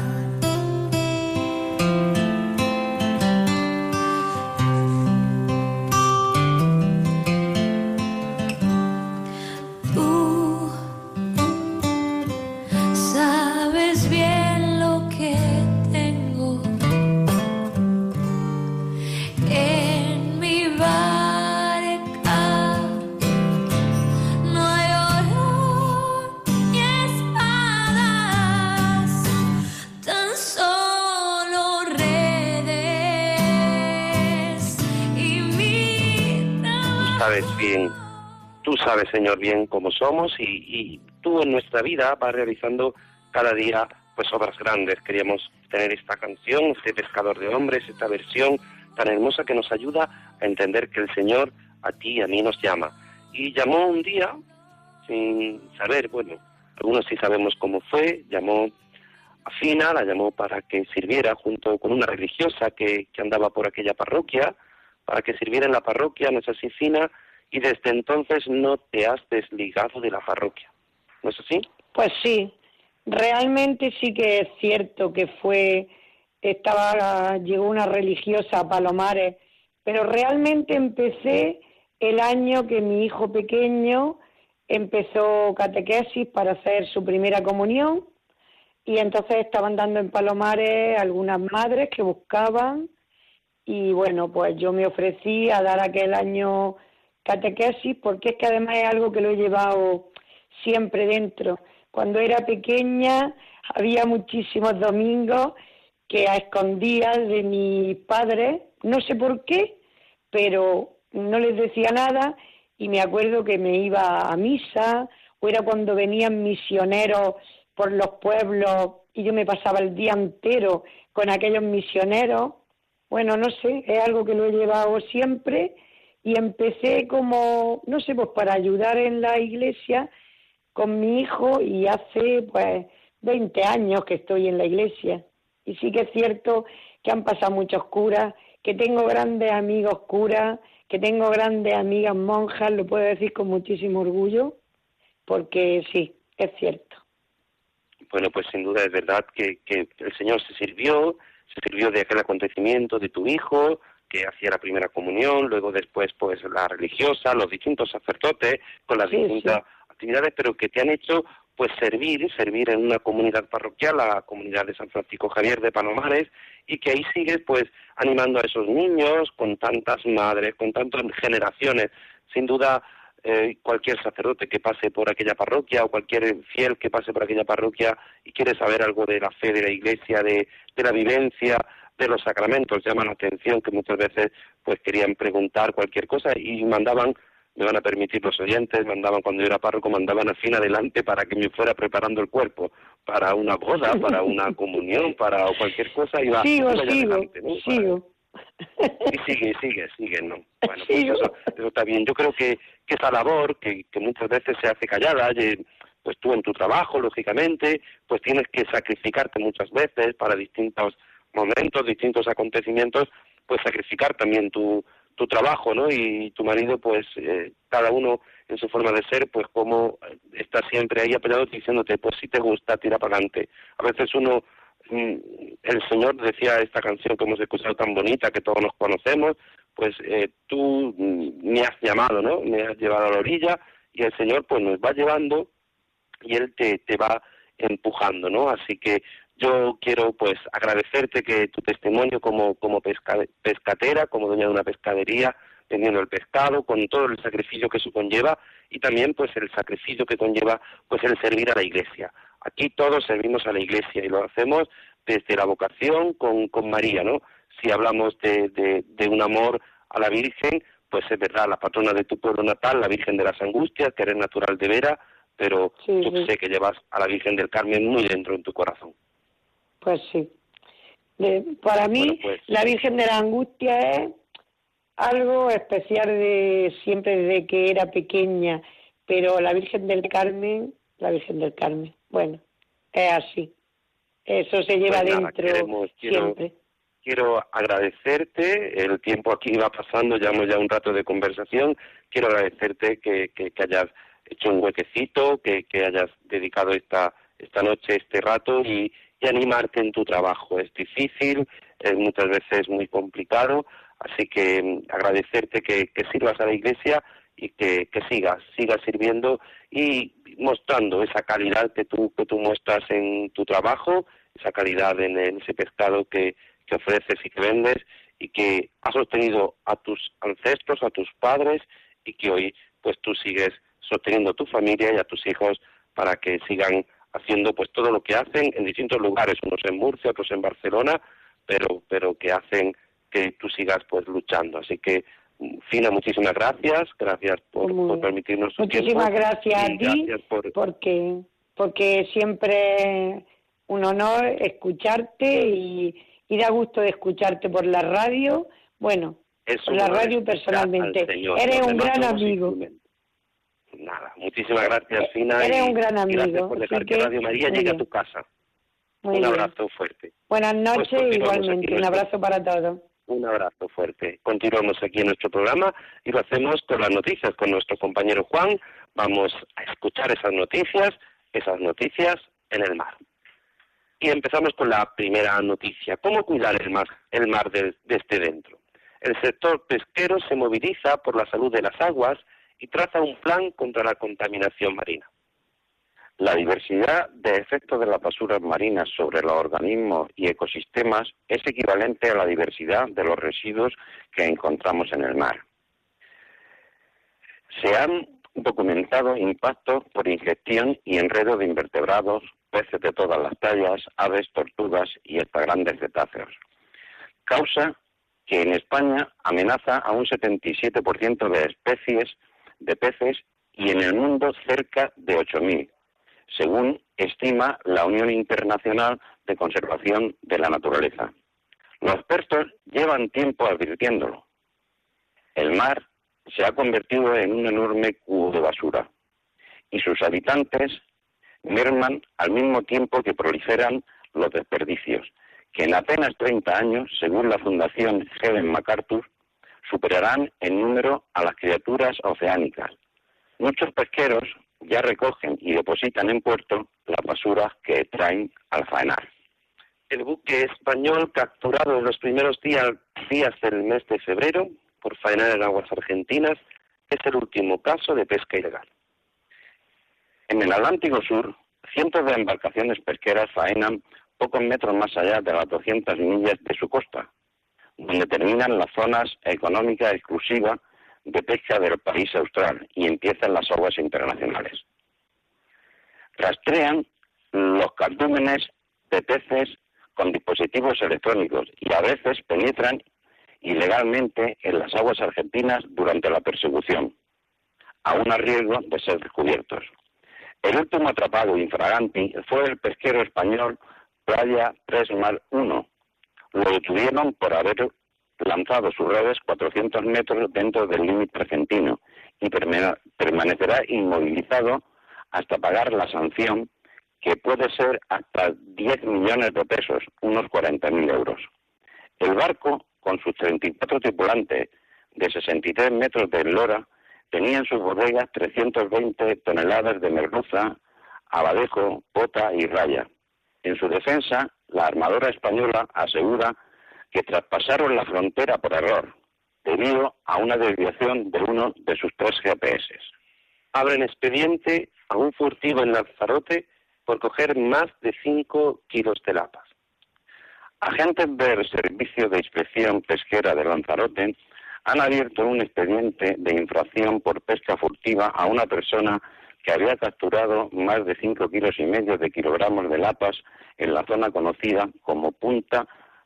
Tú sabes bien lo que tengo en mi barca. No hay oro ni espadas, tan solo redes y mi trabajo. Tú sabes, Señor, bien cómo somos y tú en nuestra vida vas realizando cada día pues obras grandes. Queríamos tener esta canción, este Pescador de Hombres, esta versión tan hermosa que nos ayuda a entender que el Señor a ti y a mí nos llama. Y llamó un día sin saber, bueno, algunos sí sabemos cómo fue, llamó a Fina, la llamó para que sirviera junto con una religiosa que andaba por aquella parroquia, para que sirviera en la parroquia, ¿no es así, Fina? Y desde entonces no te has desligado de la parroquia, ¿no es así? Pues sí, realmente sí que es cierto que llegó una religiosa a Palomares, pero realmente empecé el año que mi hijo pequeño empezó catequesis para hacer su primera comunión, y entonces estaban dando en Palomares algunas madres que buscaban, y bueno, pues yo me ofrecí a dar aquel año catequesis, porque es que además es algo que lo he llevado siempre dentro. Cuando era pequeña había muchísimos domingos que a escondidas de mis padres, no sé por qué, pero no les decía nada, y me acuerdo que me iba a misa, o era cuando venían misioneros por los pueblos y yo me pasaba el día entero con aquellos misioneros. Bueno, no sé, es algo que lo he llevado siempre. Y empecé como, no sé, pues para ayudar en la iglesia con mi hijo, y hace pues 20 años que estoy en la iglesia. Y sí que es cierto que han pasado muchos curas, que tengo grandes amigos curas, que tengo grandes amigas monjas, lo puedo decir con muchísimo orgullo, porque sí, es cierto. Bueno, pues sin duda es verdad que el Señor se sirvió de aquel acontecimiento de tu hijo, que hacía la primera comunión, luego después pues la religiosa, los distintos sacerdotes con las distintas actividades, pero que te han hecho pues servir en una comunidad parroquial, la comunidad de San Francisco Javier de Palomares, y que ahí sigues pues animando a esos niños con tantas madres, con tantas generaciones. Sin duda cualquier sacerdote que pase por aquella parroquia o cualquier fiel que pase por aquella parroquia y quiere saber algo de la fe de la Iglesia, de la vivencia de los sacramentos, llaman la atención, que muchas veces pues querían preguntar cualquier cosa y mandaban, me van a permitir los oyentes, cuando yo era párroco, mandaban a Fina adelante para que me fuera preparando el cuerpo para una boda, para una comunión, para cualquier cosa, Sigo. adelante, ¿no? Y sigue, ¿no? Bueno, pues eso está bien. Yo creo que esa labor que muchas veces se hace callada, pues tú en tu trabajo, lógicamente, pues tienes que sacrificarte muchas veces para distintos momentos, distintos acontecimientos, pues sacrificar también tu trabajo, ¿no? Y tu marido, pues cada uno en su forma de ser, pues como está siempre ahí apoyándote, diciéndote, pues si te gusta, tira para adelante. A veces uno, el Señor decía esta canción que hemos escuchado tan bonita, que todos nos conocemos, pues tú me has llamado, ¿no? Me has llevado a la orilla, y el Señor pues nos va llevando y Él te va empujando, ¿no? Así que yo quiero pues agradecerte que tu testimonio como pescatera, como dueña de una pescadería, vendiendo el pescado, con todo el sacrificio que eso conlleva, y también pues el sacrificio que conlleva pues el servir a la Iglesia. Aquí todos servimos a la Iglesia y lo hacemos desde la vocación con María, ¿no? si hablamos de un amor a la Virgen, pues es verdad, la patrona de tu pueblo natal, la Virgen de las Angustias, que eres natural de Vera, pero Sí, tú sí. sé que llevas a la Virgen del Carmen muy dentro en tu corazón. Pues sí. Para mí, Bueno, pues, la Virgen de la Angustia es algo especial de siempre desde que era pequeña, pero la Virgen del Carmen, bueno, es así. Eso se lleva pues nada, dentro siempre. Quiero agradecerte, el tiempo aquí va pasando, llevamos ya un rato de conversación, quiero agradecerte que hayas hecho un huequecito, que hayas dedicado esta noche, este rato y animarte en tu trabajo. Es difícil, muchas veces muy complicado, así que agradecerte que sirvas a la Iglesia y que sigas sirviendo y mostrando esa calidad que tú muestras en tu trabajo, esa calidad en ese pescado que ofreces y que vendes y que has sostenido a tus ancestros, a tus padres y que hoy pues tú sigues sosteniendo a tu familia y a tus hijos para que sigan haciendo pues todo lo que hacen en distintos lugares, unos en Murcia, otros en Barcelona, pero que hacen que tú sigas pues luchando. Así que, Fina, muchísimas gracias por permitirnos tu tiempo. Muchísimas gracias a ti, Gracias porque siempre es un honor escucharte y da gusto de escucharte por la radio, bueno, por la radio y personalmente. Eres un gran amigo. Nada, muchísimas gracias, Fina. Eres un gran amigo. Gracias por dejar que Radio María llegue a tu casa. Un abrazo fuerte. Buenas noches, Pues igualmente. Un abrazo para todos. Un abrazo fuerte. Continuamos aquí en nuestro programa y lo hacemos con las noticias, con nuestro compañero Juan. Vamos a escuchar esas noticias en el mar. Y empezamos con la primera noticia. ¿Cómo cuidar el mar desde dentro? El sector pesquero se moviliza por la salud de las aguas y traza un plan contra la contaminación marina. La diversidad de efectos de las basuras marinas sobre los organismos y ecosistemas es equivalente a la diversidad de los residuos que encontramos en el mar. Se han documentado impactos por ingestión y enredo de invertebrados, peces de todas las tallas, aves, tortugas y hasta grandes cetáceos. Causa que en España amenaza a un 77% de especies de peces y en el mundo cerca de 8.000, según estima la Unión Internacional de Conservación de la Naturaleza. Los expertos llevan tiempo advirtiéndolo. El mar se ha convertido en un enorme cubo de basura y sus habitantes merman al mismo tiempo que proliferan los desperdicios, que en apenas 30 años, según la Fundación Helen MacArthur, superarán en número a las criaturas oceánicas. Muchos pesqueros ya recogen y depositan en puerto las basuras que traen al faenar. El buque español capturado en los primeros días del mes de febrero por faenar en aguas argentinas es el último caso de pesca ilegal. En el Atlántico Sur, cientos de embarcaciones pesqueras faenan pocos metros más allá de las 200 millas de su costa, donde terminan las zonas económicas exclusivas de pesca del país austral y empiezan las aguas internacionales. Rastrean los cardúmenes de peces con dispositivos electrónicos y a veces penetran ilegalmente en las aguas argentinas durante la persecución, aún a riesgo de ser descubiertos. El último atrapado infraganti fue el pesquero español Playa 3 Mar 1. Lo detuvieron por haber lanzado sus redes 400 metros dentro del límite argentino y permanecerá inmovilizado hasta pagar la sanción, que puede ser hasta 10 millones de pesos, unos 40.000 euros. El barco, con sus 34 tripulantes de 63 metros de eslora, tenía en sus bodegas 320 toneladas de merluza, abadejo, pota y raya. En su defensa, la armadora española asegura que traspasaron la frontera por error, debido a una desviación de uno de sus 3 GPS. Abren expediente a un furtivo en Lanzarote por coger más de 5 kilos de lapas. Agentes del Servicio de Inspección Pesquera de Lanzarote han abierto un expediente de infracción por pesca furtiva a una persona que había capturado más de 5,5 kilos de kilogramos de lapas en la zona conocida como Punta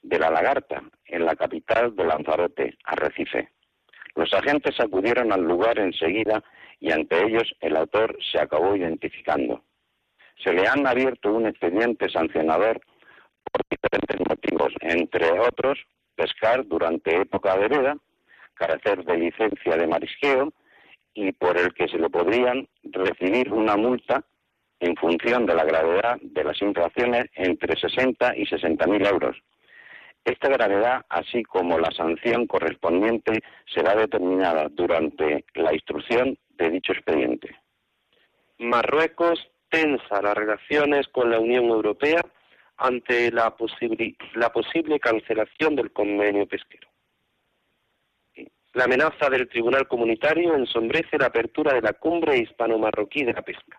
de La Lagarta, en la capital de Lanzarote, Arrecife. Los agentes acudieron al lugar enseguida y ante ellos el autor se acabó identificando. Se le han abierto un expediente sancionador por diferentes motivos, entre otros, pescar durante época de veda, carecer de licencia de marisqueo y por el que se le podrían recibir una multa en función de la gravedad de las infracciones entre 60 y 60.000 euros. Esta gravedad, así como la sanción correspondiente, será determinada durante la instrucción de dicho expediente. Marruecos tensa las relaciones con la Unión Europea ante la posible cancelación del convenio pesquero. La amenaza del Tribunal Comunitario ensombrece la apertura de la cumbre hispano-marroquí de la pesca.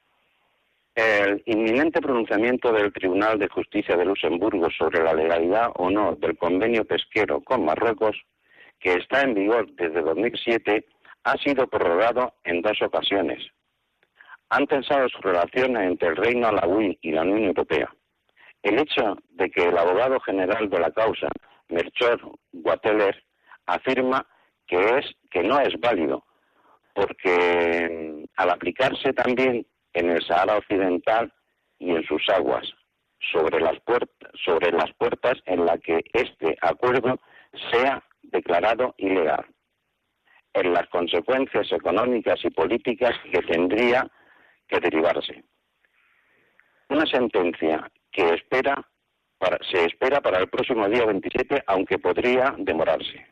El inminente pronunciamiento del Tribunal de Justicia de Luxemburgo sobre la legalidad o no del convenio pesquero con Marruecos, que está en vigor desde 2007, ha sido prorrogado en 2 ocasiones. Han tensado sus relaciones entre el Reino Alauí y la Unión Europea. El hecho de que el abogado general de la causa, Melchor Guateler, afirma que no es válido, porque al aplicarse también en el Sahara Occidental y en sus aguas, sobre las puertas en la que este acuerdo sea declarado ilegal, en las consecuencias económicas y políticas que tendría que derivarse. Una sentencia que se espera para el próximo día 27, aunque podría demorarse.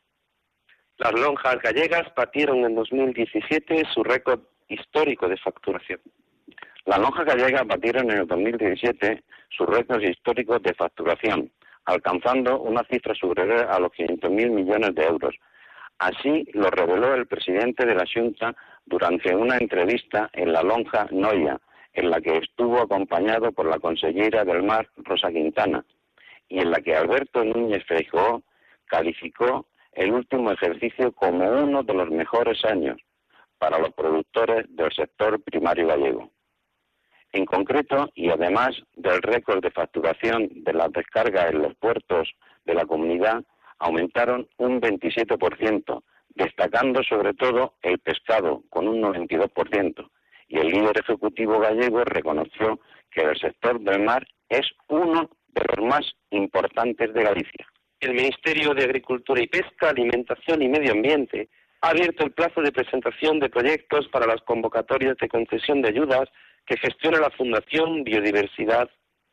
Las lonjas gallegas batieron en 2017 su récord histórico de facturación. Las lonjas gallegas batieron en el 2017 sus récords históricos de facturación, alcanzando una cifra superior a los 500.000 millones de euros. Así lo reveló el presidente de la Xunta durante una entrevista en la lonja Noia, en la que estuvo acompañado por la consellera del Mar, Rosa Quintana, y en la que Alberto Núñez Feijóo calificó el último ejercicio como uno de los mejores años para los productores del sector primario gallego. En concreto, y además del récord de facturación de las descargas en los puertos de la comunidad, aumentaron un 27%, destacando sobre todo el pescado, con un 92%, y el líder ejecutivo gallego reconoció que el sector del mar es uno de los más importantes de Galicia. El Ministerio de Agricultura y Pesca, Alimentación y Medio Ambiente ha abierto el plazo de presentación de proyectos para las convocatorias de concesión de ayudas que gestiona la Fundación Biodiversidad.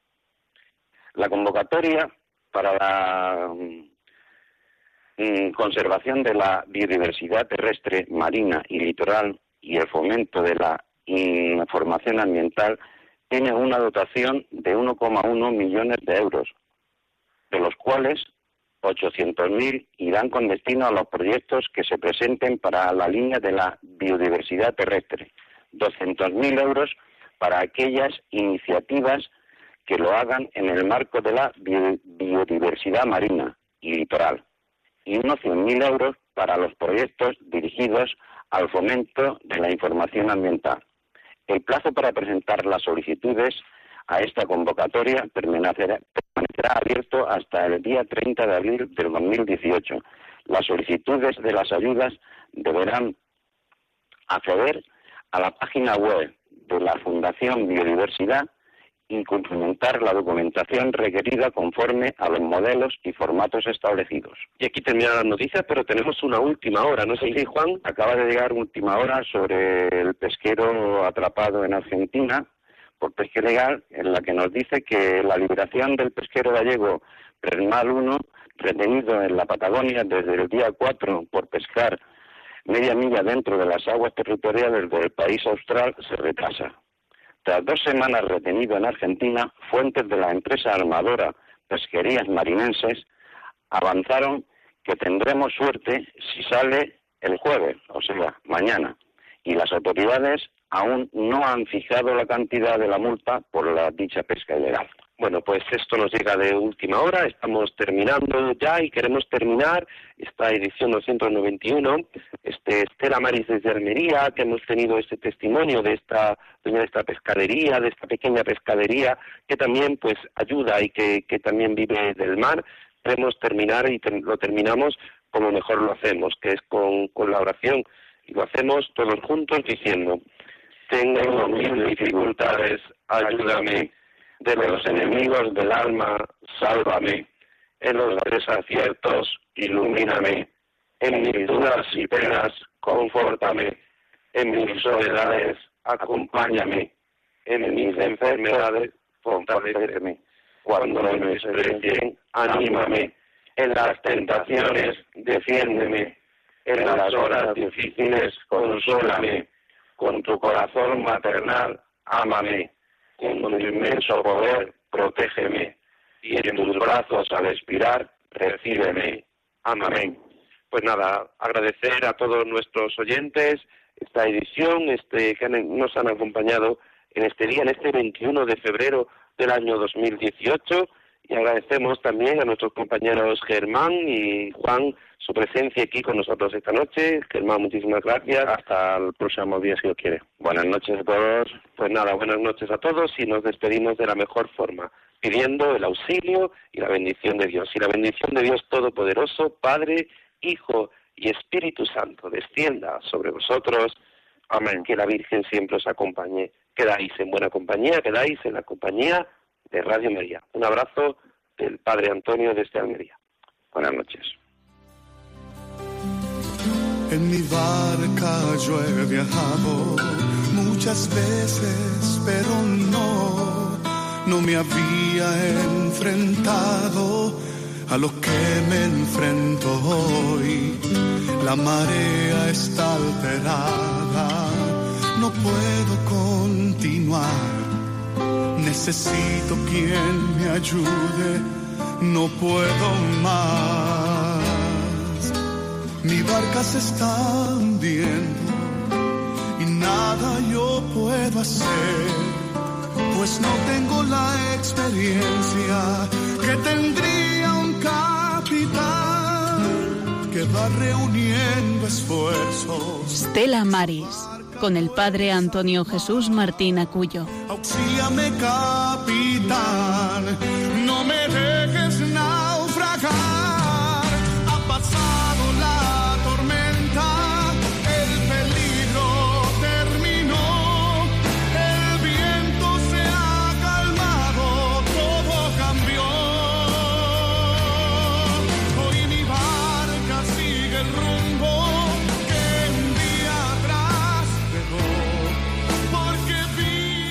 La convocatoria para la conservación de la biodiversidad terrestre, marina y litoral y el fomento de la información ambiental tiene una dotación de 1,1 millones de euros, de los cuales 800.000 irán con destino a los proyectos que se presenten para la línea de la biodiversidad terrestre, 200.000 euros para aquellas iniciativas que lo hagan en el marco de la biodiversidad marina y litoral, y unos 100.000 euros para los proyectos dirigidos al fomento de la información ambiental. El plazo para presentar las solicitudes a esta convocatoria permanecerá abierto hasta el día 30 de abril del 2018. Las solicitudes de las ayudas deberán acceder a la página web de la Fundación Biodiversidad y complementar la documentación requerida conforme a los modelos y formatos establecidos. Y aquí terminan las noticias, pero tenemos una última hora, ¿no es así, Juan? Acaba de llegar última hora sobre el pesquero atrapado en Argentina por pesca ilegal, en la que nos dice que la liberación del pesquero gallego Presmal 1, retenido en la Patagonia desde el día 4 por pescar media milla dentro de las aguas territoriales del país austral, se retrasa. Tras 2 semanas retenido en Argentina, fuentes de la empresa armadora Pesquerías Marinenses avanzaron que tendremos suerte si sale el jueves, o sea, mañana, y las autoridades aún no han fijado la cantidad de la multa por la dicha pesca ilegal. Bueno, pues esto nos llega de última hora, estamos terminando ya y queremos terminar esta edición 291, Stella Maris desde Almería, que hemos tenido este testimonio de esta pescadería, de esta pequeña pescadería, que también pues ayuda y que también vive del mar. Queremos terminar y lo terminamos como mejor lo hacemos, que es con la oración, y lo hacemos todos juntos diciendo: tengo mil dificultades, ayúdame. De los enemigos del alma, sálvame. En los desaciertos, ilumíname. En mis dudas y penas, confórtame. En mis soledades, acompáñame. En mis enfermedades, fortaléceme. Cuando me desprecien, anímame. En las tentaciones, defiéndeme. En las horas difíciles, consólame. Con tu corazón maternal, ámame. Con tu inmenso poder, protégeme, y en tus brazos al expirar, recíbeme. Amén. Pues nada, agradecer a todos nuestros oyentes esta edición, que nos han acompañado en este día, en este 21 de febrero del año 2018, y agradecemos también a nuestros compañeros Germán y Juan su presencia aquí con nosotros esta noche. Germán, muchísimas gracias. Hasta el próximo día, si Dios quiere. Buenas noches a todos. Pues nada, buenas noches a todos y nos despedimos de la mejor forma, pidiendo el auxilio y la bendición de Dios. Y la bendición de Dios Todopoderoso, Padre, Hijo y Espíritu Santo, descienda sobre vosotros. Amén. Que la Virgen siempre os acompañe. Quedáis en buena compañía, quedáis en la compañía de Radio María. Un abrazo del Padre Antonio desde Almería. Buenas noches. En mi barca yo he viajado muchas veces, pero no me había enfrentado a lo que me enfrento hoy. La marea está alterada, no puedo continuar. Necesito quien me ayude, no puedo más. Mi barca se está hundiendo y nada yo puedo hacer, pues no tengo la experiencia que tendría un capitán que va reuniendo esfuerzos. Stella Maris, con el Padre Antonio Jesús Martín Acuyo. Auxíliame, capitán.